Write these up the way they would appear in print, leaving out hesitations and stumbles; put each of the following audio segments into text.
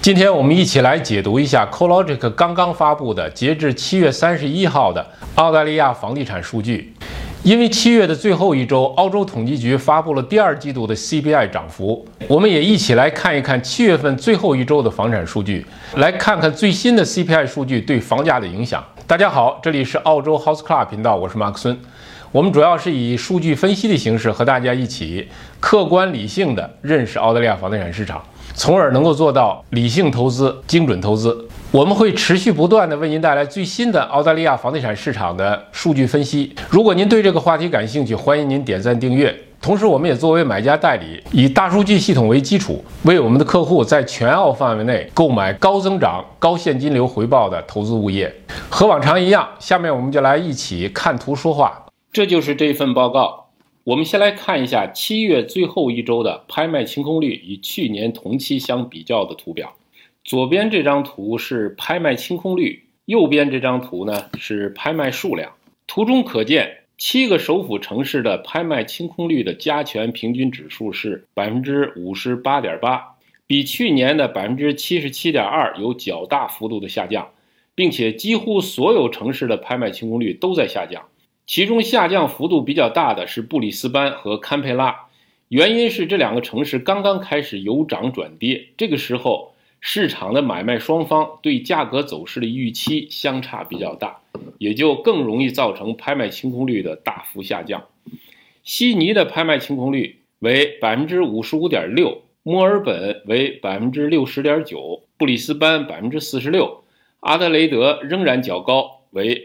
今天我们一起来解读一下 CoreLogic 刚刚发布的截至7月31号的澳大利亚房地产数据。因为7月的最后一周，澳洲统计局发布了第二季度的 CPI 涨幅，我们也一起来看一看7月份最后一周的房产数据，来看看最新的 CPI 数据对房价的影响。大家好，这里是澳洲 House Club 频道，我是马克孙。我们主要是以数据分析的形式和大家一起客观理性的认识澳大利亚房地产市场，从而能够做到理性投资、精准投资。我们会持续不断地为您带来最新的澳大利亚房地产市场的数据分析。如果您对这个话题感兴趣，欢迎您点赞订阅。同时，我们也作为买家代理，以大数据系统为基础，为我们的客户在全澳范围内购买高增长、高现金流回报的投资物业。和往常一样，下面我们就来一起看图说话。这就是这份报告。我们先来看一下7月最后一周的拍卖清空率与去年同期相比较的图表。左边这张图是拍卖清空率，右边这张图呢是拍卖数量。图中可见7个首府城市的拍卖清空率的加权平均指数是 58.8%， 比去年的 77.2% 有较大幅度的下降，并且几乎所有城市的拍卖清空率都在下降。其中下降幅度比较大的是布里斯班和堪培拉，原因是这两个城市刚刚开始由涨转跌，这个时候市场的买卖双方对价格走势的预期相差比较大，也就更容易造成拍卖清空率的大幅下降。悉尼的拍卖清空率为 55.6%， 墨尔本为 60.9%， 布里斯班 46%， 阿德雷德仍然较高，为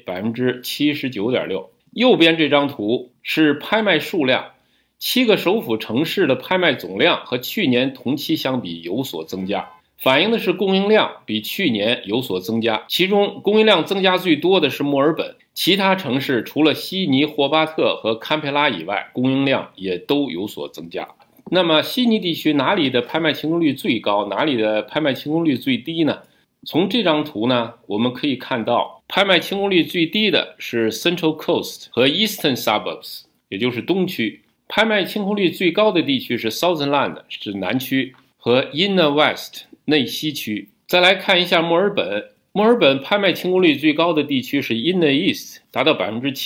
79.6%。右边这张图是拍卖数量，7个首府城市的拍卖总量和去年同期相比有所增加，反映的是供应量比去年有所增加。其中供应量增加最多的是墨尔本，其他城市除了悉尼、霍巴特和堪培拉以外，供应量也都有所增加。那么悉尼地区哪里的拍卖清空率最高，哪里的拍卖清空率最低呢？从这张图呢，我们可以看到拍卖清空率最低的是 Central Coast 和 Eastern Suburbs， 也就是东区。拍卖清空率最高的地区是 Southernland， 是南区，和 Inner West 内西区。再来看一下墨尔本，墨尔本拍卖清空率最高的地区是 Inner East， 达到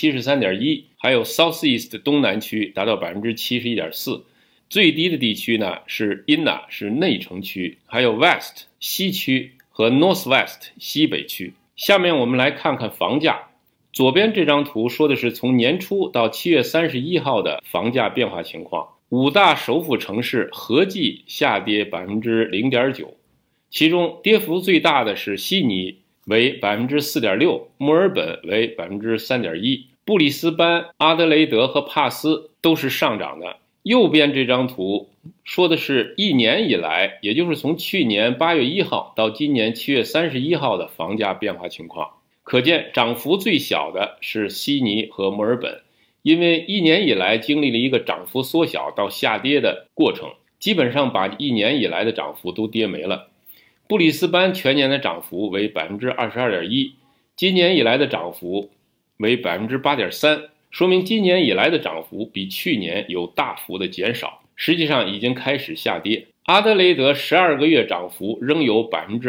73.1%， 还有 South East 东南区达到 71.4%。最低的地区呢是 Inner， 是内城区，还有 West 西区和 Northwest 西北区。下面我们来看看房价。左边这张图说的是从年初到7月31号的房价变化情况。5大首府城市合计下跌 0.9%， 其中跌幅最大的是悉尼为 4.6%， 墨尔本为 3.1%， 布里斯班、阿德雷德和帕斯都是上涨的。右边这张图说的是一年以来，也就是从去年8月1号到今年7月31号的房价变化情况。可见涨幅最小的是悉尼和墨尔本，因为一年以来经历了一个涨幅缩小到下跌的过程，基本上把一年以来的涨幅都跌没了。布里斯班全年的涨幅为 22.1%， 今年以来的涨幅为 8.3%， 说明今年以来的涨幅比去年有大幅的减少，实际上已经开始下跌。阿德雷德12个月涨幅仍有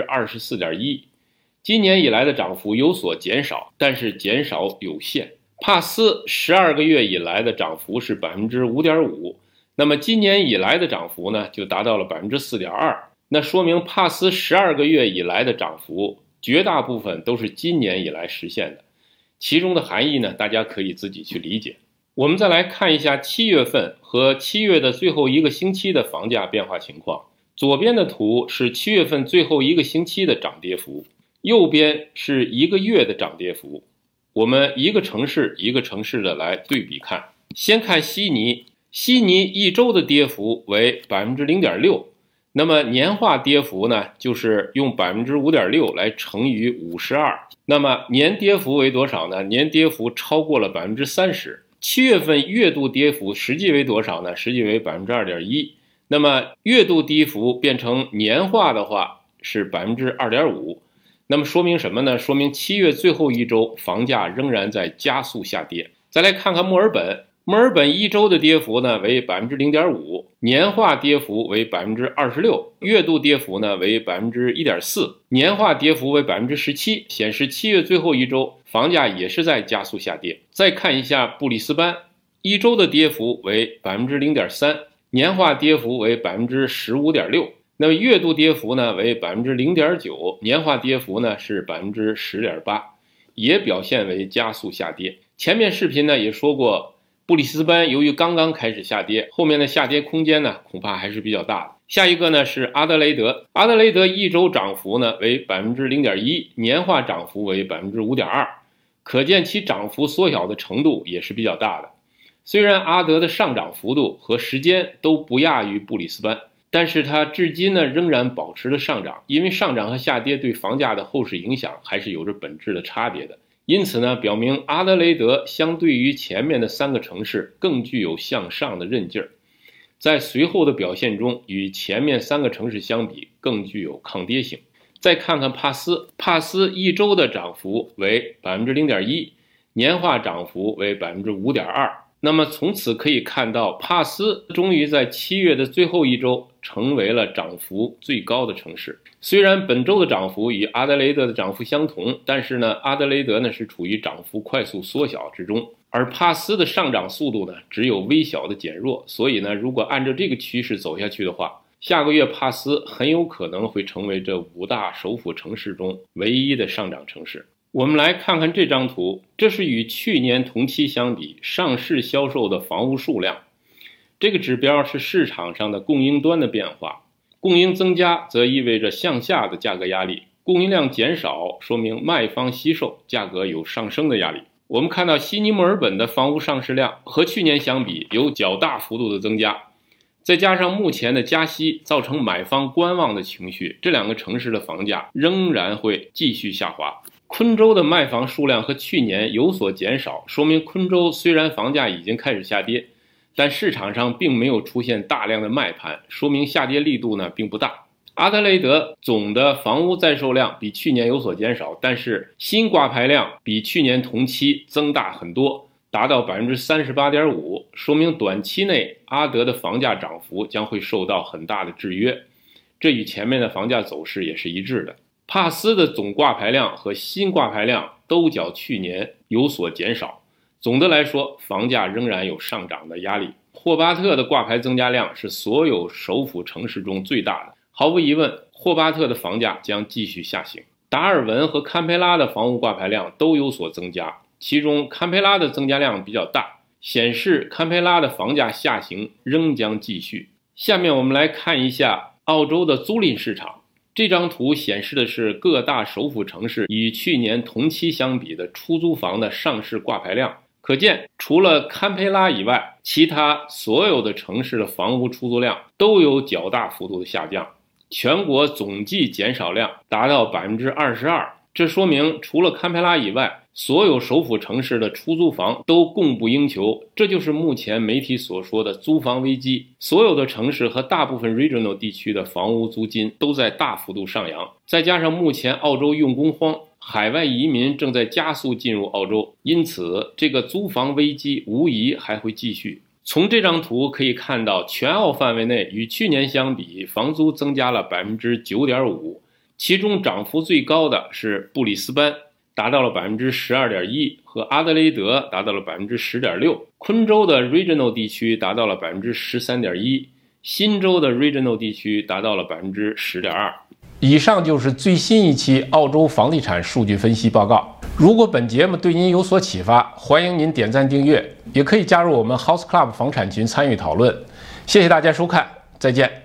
24.1%， 今年以来的涨幅有所减少，但是减少有限。帕斯12个月以来的涨幅是 5.5%， 那么今年以来的涨幅呢就达到了 4.2%， 那说明帕斯12个月以来的涨幅绝大部分都是今年以来实现的，其中的含义呢大家可以自己去理解。我们再来看一下7月份和7月的最后一个星期的房价变化情况。左边的图是7月份最后一个星期的涨跌幅，右边是一个月的涨跌幅。我们一个城市一个城市的来对比看。先看悉尼，悉尼一周的跌幅为 0.6%， 那么年化跌幅呢就是用 5.6% 来乘以52，那么年跌幅为多少呢？年跌幅超过了 30%。7月份月度跌幅实际为多少呢？实际为 2.1%， 那么月度跌幅变成年化的话是 2.5%。那么说明什么呢？说明7月最后一周房价仍然在加速下跌。再来看看墨尔本， 墨尔本一周的跌幅呢为 0.5%， 年化跌幅为 26%， 月度跌幅呢为 1.4%， 年化跌幅为 17%， 显示7月最后一周房价也是在加速下跌。再看一下布里斯班，一周的跌幅为 0.3%， 年化跌幅为 15.6%， 那么月度跌幅呢为 0.9%， 年化跌幅呢是 10.8%， 也表现为加速下跌。前面视频呢也说过，布里斯班由于刚刚开始下跌，后面的下跌空间呢恐怕还是比较大的。下一个呢是阿德雷德，阿德雷德一周涨幅呢为 0.1%， 年化涨幅为 5.2%， 可见其涨幅缩小的程度也是比较大的。虽然阿德的上涨幅度和时间都不亚于布里斯班，但是它至今呢仍然保持了上涨，因为上涨和下跌对房价的后市影响还是有着本质的差别的。因此呢，表明阿德雷德相对于前面的3个城市更具有向上的韧劲儿，在随后的表现中与前面3个城市相比更具有抗跌性。再看看帕斯，帕斯一周的涨幅为 0.1%， 年化涨幅为 5.2%。那么从此可以看到，帕斯终于在7月的最后一周成为了涨幅最高的城市。虽然本周的涨幅与阿德雷德的涨幅相同，但是呢，阿德雷德呢是处于涨幅快速缩小之中，而帕斯的上涨速度呢只有微小的减弱。所以呢，如果按照这个趋势走下去的话，下个月帕斯很有可能会成为这5大首府城市中唯一的上涨城市。我们来看看这张图，这是与去年同期相比上市销售的房屋数量。这个指标是市场上的供应端的变化，供应增加则意味着向下的价格压力，供应量减少说明卖方惜售，价格有上升的压力。我们看到悉尼、墨尔本的房屋上市量和去年相比有较大幅度的增加，再加上目前的加息造成买方观望的情绪，这2个城市的房价仍然会继续下滑。昆州的卖房数量和去年有所减少，说明昆州虽然房价已经开始下跌，但市场上并没有出现大量的卖盘，说明下跌力度呢并不大。阿德雷德总的房屋在售量比去年有所减少，但是新挂牌量比去年同期增大很多，达到 38.5%， 说明短期内阿德的房价涨幅将会受到很大的制约，这与前面的房价走势也是一致的。帕斯的总挂牌量和新挂牌量都较去年有所减少，总的来说房价仍然有上涨的压力。霍巴特的挂牌增加量是所有首府城市中最大的，毫无疑问，霍巴特的房价将继续下行。达尔文和堪培拉的房屋挂牌量都有所增加，其中堪培拉的增加量比较大，显示堪培拉的房价下行仍将继续。下面我们来看一下澳洲的租赁市场。这张图显示的是各大首府城市与去年同期相比的出租房的上市挂牌量。可见，除了堪培拉以外，其他所有的城市的房屋出租量都有较大幅度的下降，全国总计减少量达到 22%。这说明除了堪培拉以外，所有首府城市的出租房都供不应求，这就是目前媒体所说的租房危机。所有的城市和大部分 regional 地区的房屋租金都在大幅度上扬，再加上目前澳洲用工荒，海外移民正在加速进入澳洲，因此这个租房危机无疑还会继续。从这张图可以看到，全澳范围内与去年相比，房租增加了 9.5%， 其中涨幅最高的是布里斯班，达到了 12.1%， 和阿德雷德达到了 10.6%， 昆州的 regional 地区达到了 13.1%， 新州的 regional 地区达到了 10.2%。以上就是最新一期澳洲房地产数据分析报告。如果本节目对您有所启发，欢迎您点赞订阅，也可以加入我们 House Club 房产群参与讨论。谢谢大家收看，再见。